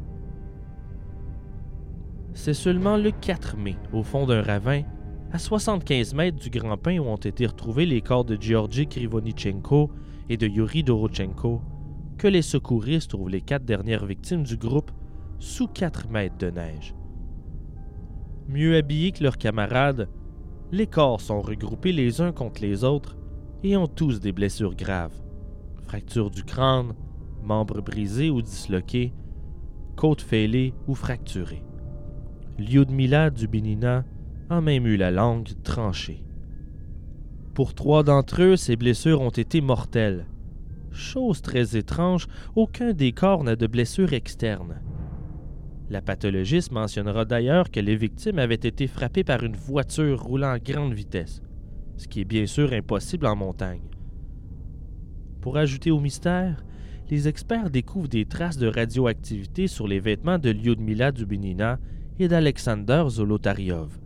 C'est seulement le quatre mai, au fond d'un ravin, à soixante-quinze mètres du grand pin où ont été retrouvés les corps de Georgi Krivonichenko et de Yuri Dorochenko, que les secouristes trouvent les quatre dernières victimes du groupe sous quatre mètres de neige. Mieux habillés que leurs camarades, les corps sont regroupés les uns contre les autres et ont tous des blessures graves. Fractures du crâne, membres brisés ou disloqués, côtes fêlées ou fracturées. Lyudmila Dubinina a même eu la langue tranchée. Pour trois d'entre eux, ces blessures ont été mortelles. Chose très étrange, aucun des corps n'a de blessures externes. La pathologiste mentionnera d'ailleurs que les victimes avaient été frappées par une voiture roulant à grande vitesse, ce qui est bien sûr impossible en montagne. Pour ajouter au mystère, les experts découvrent des traces de radioactivité sur les vêtements de Lyudmila Dubinina et d'Alexander Zolotaryov.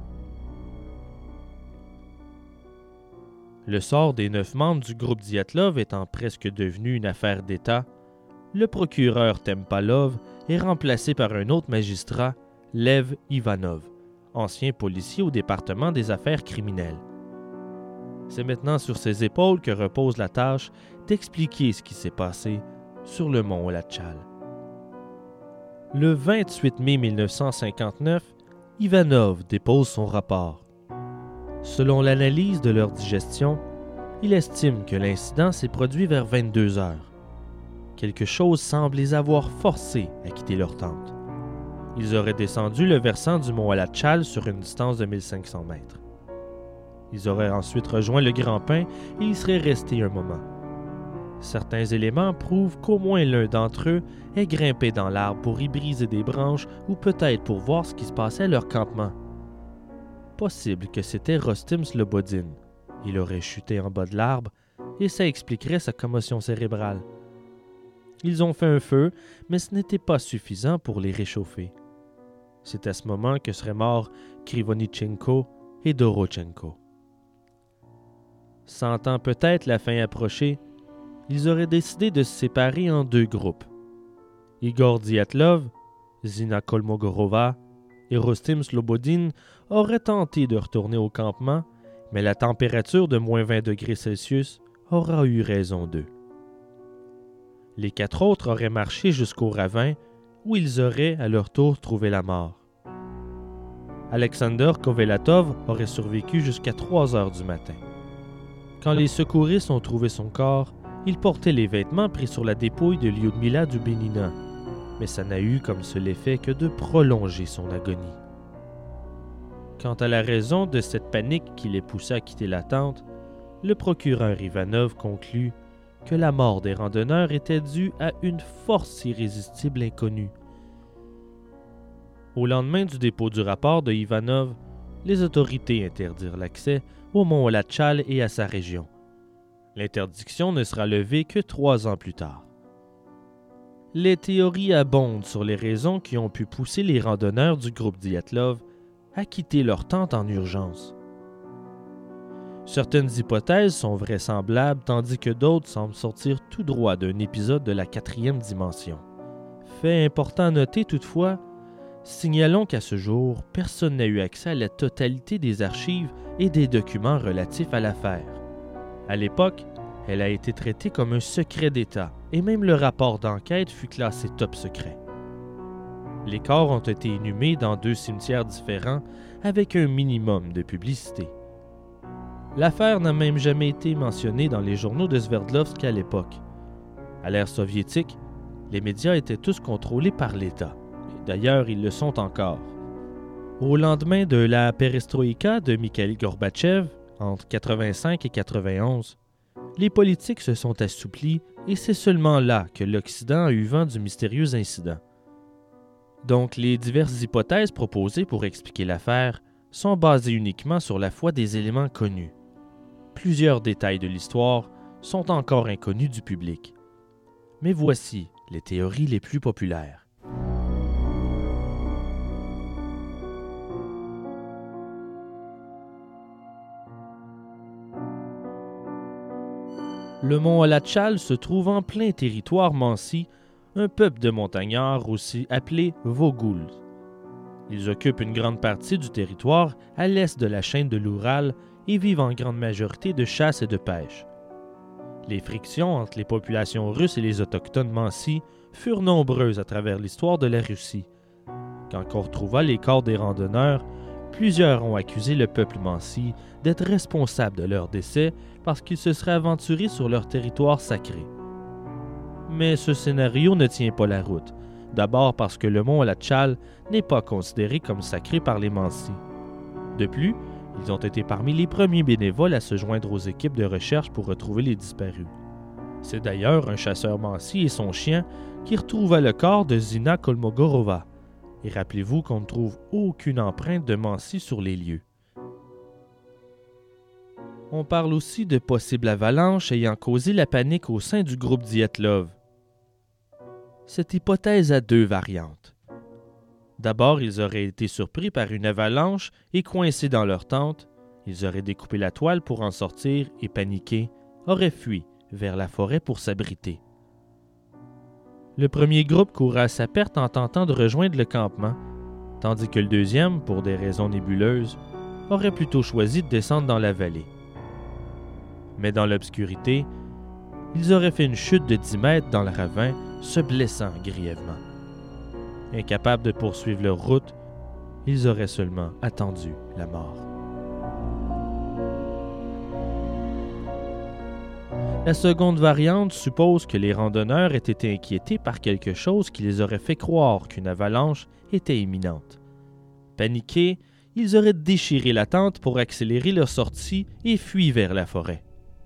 Le sort des neuf membres du groupe Dyatlov étant presque devenu une affaire d'État, le procureur Tempalov est remplacé par un autre magistrat, Lev Ivanov, ancien policier au département des affaires criminelles. C'est maintenant sur ses épaules que repose la tâche d'expliquer ce qui s'est passé sur le mont Olachal. Le vingt-huit mai mille neuf cent cinquante-neuf, Ivanov dépose son rapport. Selon l'analyse de leur digestion, il estime que l'incident s'est produit vers vingt-deux heures. Quelque chose semble les avoir forcés à quitter leur tente. Ils auraient descendu le versant du mont Olachal sur une distance de mille cinq cents mètres. Ils auraient ensuite rejoint le Grand Pin et y seraient restés un moment. Certains éléments prouvent qu'au moins l'un d'entre eux est grimpé dans l'arbre pour y briser des branches ou peut-être pour voir ce qui se passait à leur campement. Possible que c'était Rostim Slobodin. Il aurait chuté en bas de l'arbre et ça expliquerait sa commotion cérébrale. Ils ont fait un feu, mais ce n'était pas suffisant pour les réchauffer. C'est à ce moment que seraient morts Krivonichenko et Dorochenko. Sentant peut-être la fin approcher, ils auraient décidé de se séparer en deux groupes. Igor Dyatlov, Zina Kolmogorova et Rostim Slobodin auraient tenté de retourner au campement, mais la température de moins vingt degrés Celsius aura eu raison d'eux. Les quatre autres auraient marché jusqu'au ravin où ils auraient à leur tour trouvé la mort. Alexander Kovelatov aurait survécu jusqu'à trois heures du matin. Quand les secouristes ont trouvé son corps, il portait les vêtements pris sur la dépouille de Lyudmila Dubinina, mais ça n'a eu comme seul effet que de prolonger son agonie. Quant à la raison de cette panique qui les poussa à quitter la tente, le procureur Ivanov conclut que la mort des randonneurs était due à une force irrésistible inconnue. Au lendemain du dépôt du rapport de Ivanov, les autorités interdirent l'accès au mont Olachal et à sa région. L'interdiction ne sera levée que trois ans plus tard. Les théories abondent sur les raisons qui ont pu pousser les randonneurs du groupe Dyatlov à quitter leur tente en urgence. Certaines hypothèses sont vraisemblables, tandis que d'autres semblent sortir tout droit d'un épisode de la quatrième dimension. Fait important à noter toutefois, signalons qu'à ce jour, personne n'a eu accès à la totalité des archives et des documents relatifs à l'affaire. À l'époque, elle a été traitée comme un secret d'État, et même le rapport d'enquête fut classé top secret. Les corps ont été inhumés dans deux cimetières différents avec un minimum de publicité. L'affaire n'a même jamais été mentionnée dans les journaux de Sverdlovsk à l'époque. À l'ère soviétique, les médias étaient tous contrôlés par l'État. Et d'ailleurs, ils le sont encore. Au lendemain de la perestroïka de Mikhail Gorbatchev, entre quatre-vingt-cinq et quatre-vingt-onze, les politiques se sont assouplis et c'est seulement là que l'Occident a eu vent du mystérieux incident. Donc, les diverses hypothèses proposées pour expliquer l'affaire sont basées uniquement sur la foi des éléments connus. Plusieurs détails de l'histoire sont encore inconnus du public. Mais voici les théories les plus populaires. Le mont Olachal se trouve en plein territoire Mansi, un peuple de montagnards aussi appelé Vogouls. Ils occupent une grande partie du territoire à l'est de la chaîne de l'Oural et vivent en grande majorité de chasse et de pêche. Les frictions entre les populations russes et les autochtones Mansi furent nombreuses à travers l'histoire de la Russie. Quand on retrouva les corps des randonneurs, plusieurs ont accusé le peuple Mansi d'être responsable de leur décès parce qu'ils se seraient aventurés sur leur territoire sacré. Mais ce scénario ne tient pas la route, d'abord parce que le mont Olachal n'est pas considéré comme sacré par les Mansi. De plus, ils ont été parmi les premiers bénévoles à se joindre aux équipes de recherche pour retrouver les disparus. C'est d'ailleurs un chasseur Mansi et son chien qui retrouva le corps de Zina Kolmogorova. Et rappelez-vous qu'on ne trouve aucune empreinte de Mansi sur les lieux. On parle aussi de possibles avalanches ayant causé la panique au sein du groupe Dyatlov, Cette hypothèse a deux variantes. D'abord, ils auraient été surpris par une avalanche et coincés dans leur tente. Ils auraient découpé la toile pour en sortir et, paniqués, auraient fui vers la forêt pour s'abriter. Le premier groupe courait à sa perte en tentant de rejoindre le campement, tandis que le deuxième, pour des raisons nébuleuses, aurait plutôt choisi de descendre dans la vallée. Mais dans l'obscurité, ils auraient fait une chute de dix mètres dans le ravin, se blessant grièvement. Incapables de poursuivre leur route, ils auraient seulement attendu la mort. La seconde variante suppose que les randonneurs aient été inquiétés par quelque chose qui les aurait fait croire qu'une avalanche était imminente. Paniqués, ils auraient déchiré la tente pour accélérer leur sortie et fui vers la forêt.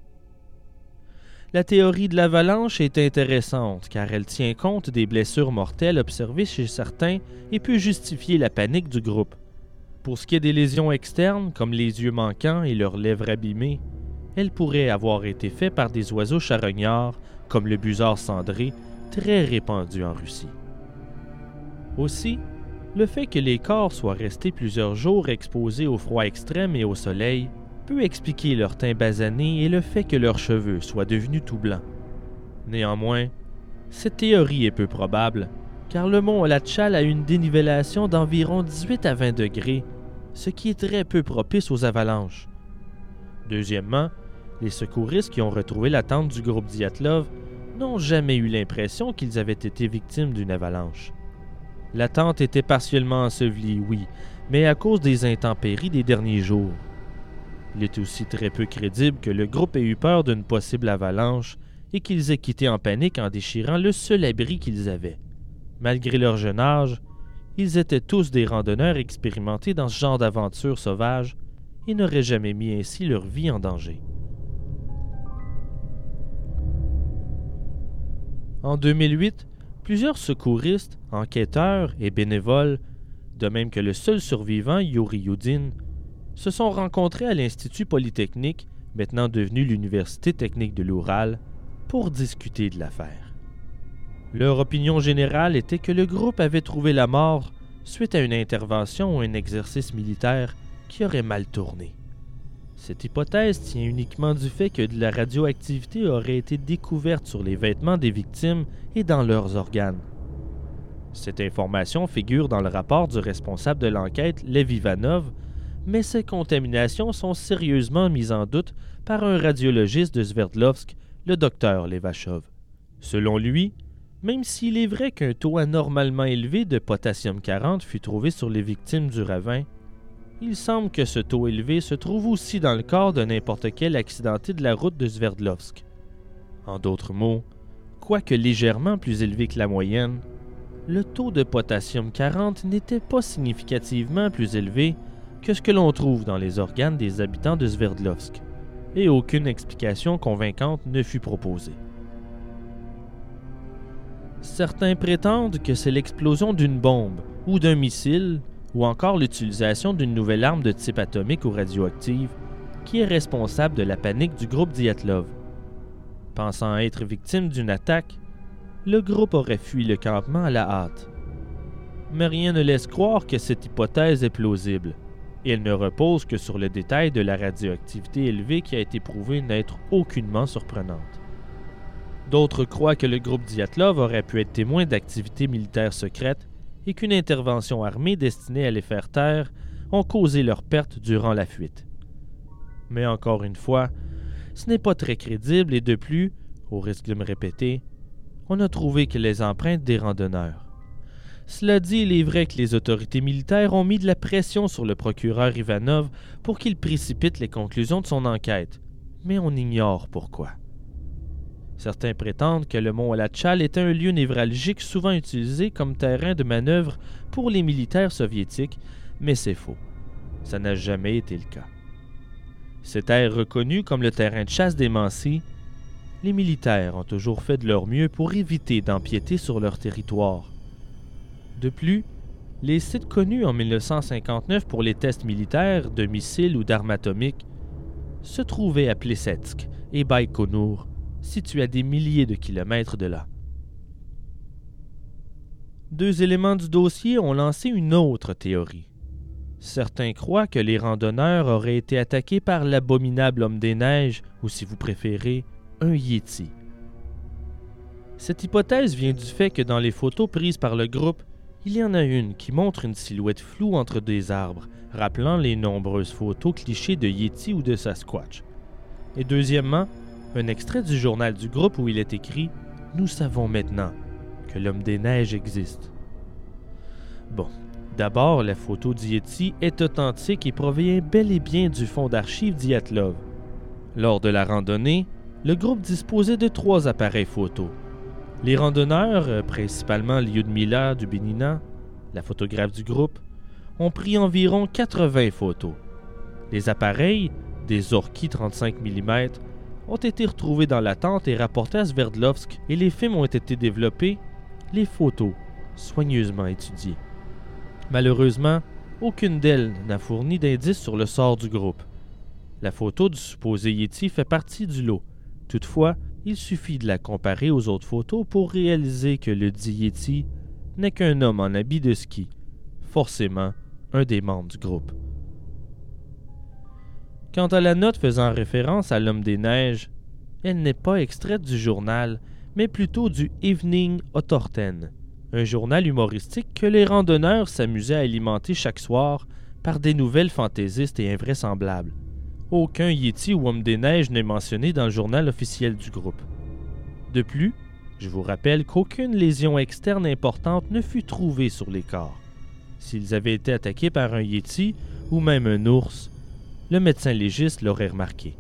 La théorie de l'avalanche est intéressante car elle tient compte des blessures mortelles observées chez certains et peut justifier la panique du groupe. Pour ce qui est des lésions externes, comme les yeux manquants et leurs lèvres abîmées, elles pourraient avoir été faites par des oiseaux charognards comme le busard cendré, très répandu en Russie. Aussi, le fait que les corps soient restés plusieurs jours exposés au froid extrême et au soleil peut expliquer leur teint basané et le fait que leurs cheveux soient devenus tout blancs. Néanmoins, cette théorie est peu probable, car le mont Olachal a une dénivellation d'environ dix-huit à vingt degrés, ce qui est très peu propice aux avalanches. Deuxièmement, les secouristes qui ont retrouvé la tente du groupe Dyatlov n'ont jamais eu l'impression qu'ils avaient été victimes d'une avalanche. La tente était partiellement ensevelie, oui, mais à cause des intempéries des derniers jours. Il est aussi très peu crédible que le groupe ait eu peur d'une possible avalanche et qu'ils aient quitté en panique en déchirant le seul abri qu'ils avaient. Malgré leur jeune âge, ils étaient tous des randonneurs expérimentés dans ce genre d'aventure sauvage et n'auraient jamais mis ainsi leur vie en danger. En deux mille huit, plusieurs secouristes, enquêteurs et bénévoles, de même que le seul survivant, Yuri Yudin, se sont rencontrés à l'Institut Polytechnique, maintenant devenu l'Université technique de l'Oural, pour discuter de l'affaire. Leur opinion générale était que le groupe avait trouvé la mort suite à une intervention ou un exercice militaire qui aurait mal tourné. Cette hypothèse tient uniquement du fait que de la radioactivité aurait été découverte sur les vêtements des victimes et dans leurs organes. Cette information figure dans le rapport du responsable de l'enquête, Lev Ivanov, mais ces contaminations sont sérieusement mises en doute par un radiologiste de Sverdlovsk, le docteur Levachov. Selon lui, même s'il est vrai qu'un taux anormalement élevé de potassium quarante fut trouvé sur les victimes du ravin, il semble que ce taux élevé se trouve aussi dans le corps de n'importe quel accidenté de la route de Sverdlovsk. En d'autres mots, quoique légèrement plus élevé que la moyenne, le taux de potassium quarante n'était pas significativement plus élevé que ce que l'on trouve dans les organes des habitants de Sverdlovsk, et aucune explication convaincante ne fut proposée. Certains prétendent que c'est l'explosion d'une bombe ou d'un missile, ou encore l'utilisation d'une nouvelle arme de type atomique ou radioactive, qui est responsable de la panique du groupe Dyatlov. Pensant être victime d'une attaque, le groupe aurait fui le campement à la hâte. Mais rien ne laisse croire que cette hypothèse est plausible, et elle ne repose que sur le détail de la radioactivité élevée qui a été prouvée n'être aucunement surprenante. D'autres croient que le groupe Dyatlov aurait pu être témoin d'activités militaires secrètes et qu'une intervention armée destinée à les faire taire ont causé leur perte durant la fuite. Mais encore une fois, ce n'est pas très crédible et de plus, au risque de me répéter, on n'a trouvé que les empreintes des randonneurs. Cela dit, il est vrai que les autorités militaires ont mis de la pression sur le procureur Ivanov pour qu'il précipite les conclusions de son enquête, mais on ignore pourquoi. Certains prétendent que le mont Olachal est un lieu névralgique souvent utilisé comme terrain de manœuvre pour les militaires soviétiques, mais c'est faux. Ça n'a jamais été le cas. Cette aire reconnue comme le terrain de chasse des Mansi, les militaires ont toujours fait de leur mieux pour éviter d'empiéter sur leur territoire. De plus, les sites connus en mille neuf cent cinquante-neuf pour les tests militaires de missiles ou d'armes atomiques se trouvaient à Plesetsk et Baïkonour, situés à des milliers de kilomètres de là. Deux éléments du dossier ont lancé une autre théorie. Certains croient que les randonneurs auraient été attaqués par l'abominable homme des neiges, ou si vous préférez, un Yéti. Cette hypothèse vient du fait que dans les photos prises par le groupe, il y en a une qui montre une silhouette floue entre des arbres, rappelant les nombreuses photos clichés de Yéti ou de Sasquatch. Et deuxièmement, un extrait du journal du groupe où il est écrit « Nous savons maintenant que l'homme des neiges existe ». Bon, d'abord, la photo du Yéti est authentique et provient bel et bien du fonds d'archives d'Yatlov. Lors de la randonnée, le groupe disposait de trois appareils photo. Les randonneurs, principalement Lyudmila Dubinina, la photographe du groupe, ont pris environ quatre-vingts photos. Les appareils, des Orki trente-cinq millimètres, ont été retrouvés dans la tente et rapportés à Sverdlovsk et les films ont été développés, les photos soigneusement étudiées. Malheureusement, aucune d'elles n'a fourni d'indices sur le sort du groupe. La photo du supposé Yéti fait partie du lot. Toutefois, il suffit de la comparer aux autres photos pour réaliser que le dit Yéti n'est qu'un homme en habit de ski, forcément un des membres du groupe. Quant à la note faisant référence à l'homme des neiges, elle n'est pas extraite du journal, mais plutôt du Evening Ottorten, un journal humoristique que les randonneurs s'amusaient à alimenter chaque soir par des nouvelles fantaisistes et invraisemblables. Aucun Yéti ou homme des neiges n'est mentionné dans le journal officiel du groupe. De plus, je vous rappelle qu'aucune lésion externe importante ne fut trouvée sur les corps. S'ils avaient été attaqués par un Yéti ou même un ours, le médecin légiste l'aurait remarqué.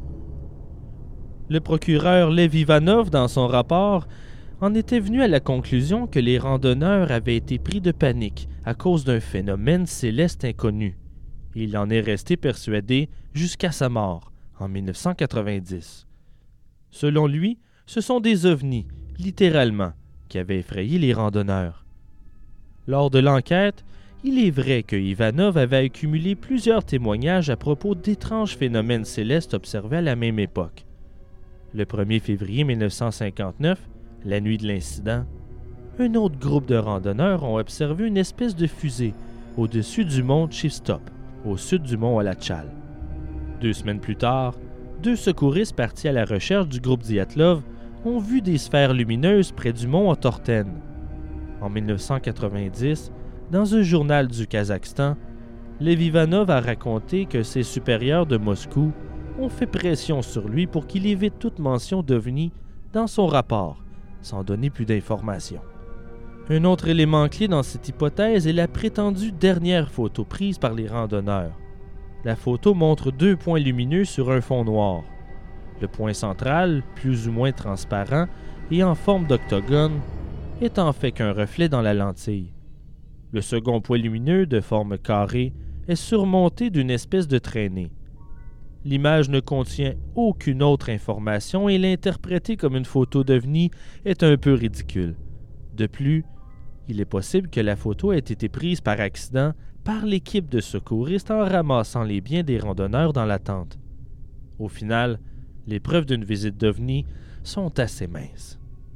Le procureur Lev Ivanov, dans son rapport, en était venu à la conclusion que les randonneurs avaient été pris de panique à cause d'un phénomène céleste inconnu. Il en est resté persuadé jusqu'à sa mort, en mille neuf cent quatre-vingt-dix. Selon lui, ce sont des ovnis, littéralement, qui avaient effrayé les randonneurs. Lors de l'enquête, il est vrai que Ivanov avait accumulé plusieurs témoignages à propos d'étranges phénomènes célestes observés à la même époque. Le premier février mille neuf cent cinquante-neuf, la nuit de l'incident, un autre groupe de randonneurs ont observé une espèce de fusée au-dessus du mont Chivstop, au sud du mont Alachal. Deux semaines plus tard, deux secouristes partis à la recherche du groupe Dyatlov ont vu des sphères lumineuses près du mont Ottorten. En mille neuf cent quatre-vingt-dix, dans un journal du Kazakhstan, Lev Ivanov a raconté que ses supérieurs de Moscou ont fait pression sur lui pour qu'il évite toute mention d'ovnis dans son rapport, sans donner plus d'informations. Un autre élément clé dans cette hypothèse est la prétendue dernière photo prise par les randonneurs. La photo montre deux points lumineux sur un fond noir. Le point central, plus ou moins transparent et en forme d'octogone, est en fait qu'un reflet dans la lentille. Le second point lumineux, de forme carrée, est surmonté d'une espèce de traînée. L'image ne contient aucune autre information et l'interpréter comme une photo d'ovni est un peu ridicule. De plus, il est possible que la photo ait été prise par accident par l'équipe de secouristes en ramassant les biens des randonneurs dans la tente. Au final, les preuves d'une visite d'ovni sont assez minces.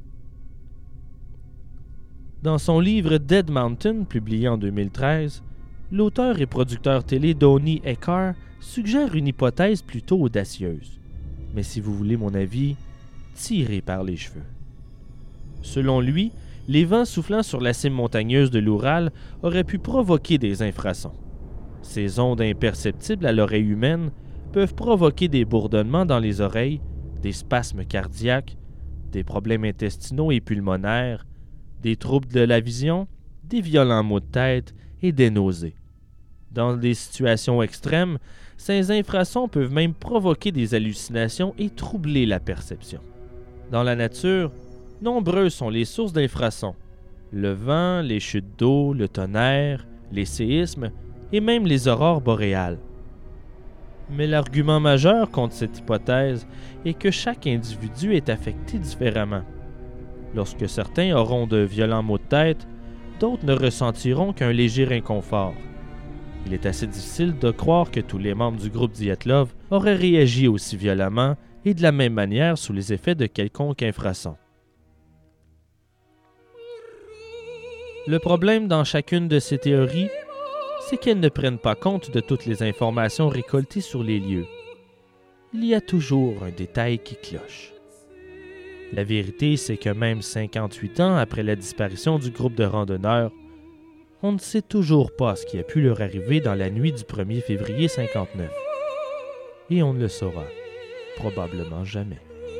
Dans son livre Dead Mountain, publié en deux mille treize, l'auteur et producteur télé Donnie Eckar suggère une hypothèse plutôt audacieuse. Mais si vous voulez mon avis, tirez par les cheveux. Selon lui, les vents soufflant sur la cime montagneuse de l'Oural auraient pu provoquer des infrasons. Ces ondes imperceptibles à l'oreille humaine peuvent provoquer des bourdonnements dans les oreilles, des spasmes cardiaques, des problèmes intestinaux et pulmonaires, des troubles de la vision, des violents maux de tête et des nausées. Dans des situations extrêmes, ces infrasons peuvent même provoquer des hallucinations et troubler la perception. Dans la nature, nombreuses sont les sources d'infrasons. Le vent, les chutes d'eau, le tonnerre, les séismes et même les aurores boréales. Mais l'argument majeur contre cette hypothèse est que chaque individu est affecté différemment. Lorsque certains auront de violents maux de tête, d'autres ne ressentiront qu'un léger inconfort. Il est assez difficile de croire que tous les membres du groupe Dyatlov auraient réagi aussi violemment et de la même manière sous les effets de quelconque infrason. Le problème dans chacune de ces théories, c'est qu'elles ne prennent pas compte de toutes les informations récoltées sur les lieux. Il y a toujours un détail qui cloche. La vérité, c'est que même cinquante-huit ans après la disparition du groupe de randonneurs, on ne sait toujours pas ce qui a pu leur arriver dans la nuit du premier février cinquante-neuf. Et on ne le saura probablement jamais.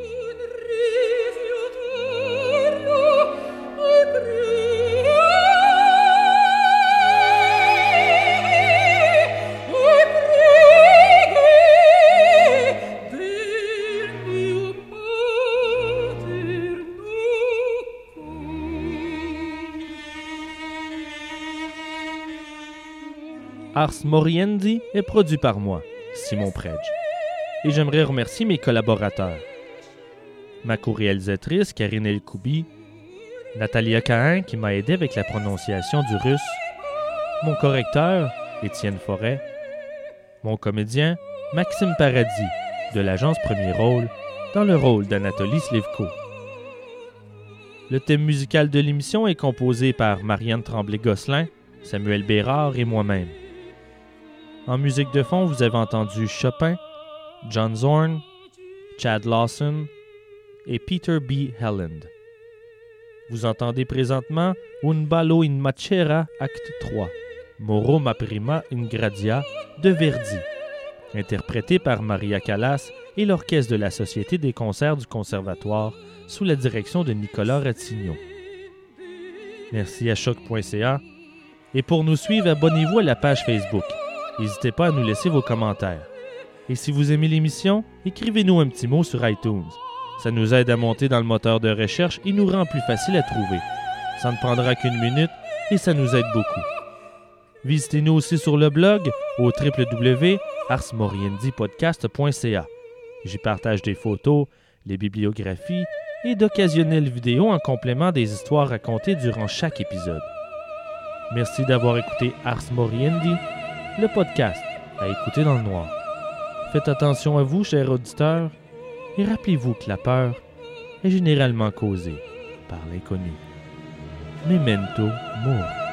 Ars Moriendi est produit par moi, Simon Predge, et j'aimerais remercier mes collaborateurs. Ma co-réalisatrice, Karine Elkoubi, Natalia Cahin, qui m'a aidé avec la prononciation du russe, mon correcteur, Étienne Forêt, mon comédien, Maxime Paradis, de l'agence Premier Rôle, dans le rôle d'Anatoly Slivko. Le thème musical de l'émission est composé par Marianne Tremblay-Gosselin, Samuel Bérard et moi-même. En musique de fond, vous avez entendu Chopin, John Zorn, Chad Lawson et Peter B. Helland. Vous entendez présentement Un ballo in Macera, acte trois, Moro ma prima in Gradia de Verdi, interprété par Maria Callas et l'orchestre de la Société des concerts du Conservatoire sous la direction de Nicolas Ratigno. Merci à choc point c a et pour nous suivre, abonnez-vous à la page Facebook. N'hésitez pas à nous laisser vos commentaires. Et si vous aimez l'émission, écrivez-nous un petit mot sur iTunes. Ça nous aide à monter dans le moteur de recherche et nous rend plus facile à trouver. Ça ne prendra qu'une minute et ça nous aide beaucoup. Visitez-nous aussi sur le blog au w w w point ars moriendi podcast point c a. J'y partage des photos, les bibliographies et d'occasionnelles vidéos en complément des histoires racontées durant chaque épisode. Merci d'avoir écouté Ars Moriendi, le podcast à écouter dans le noir. Faites attention à vous, chers auditeurs, et rappelez-vous que la peur est généralement causée par l'inconnu. Memento mori.